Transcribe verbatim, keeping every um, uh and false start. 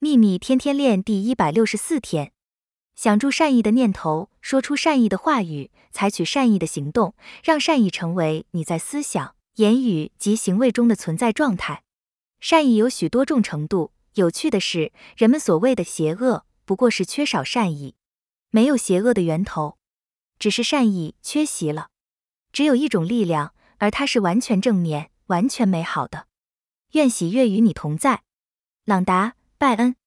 秘密天天练第一百六十四天，想住善意的念头，说出善意的话语，采取善意的行动，让善意成为你在思想、言语及行为中的存在状态。善意有许多种程度，有趣的是，人们所谓的邪恶，不过是缺少善意。没有邪恶的源头，只是善意缺席了。只有一种力量，而它是完全正面、完全美好的。愿喜悦与你同在。朗达·拜恩。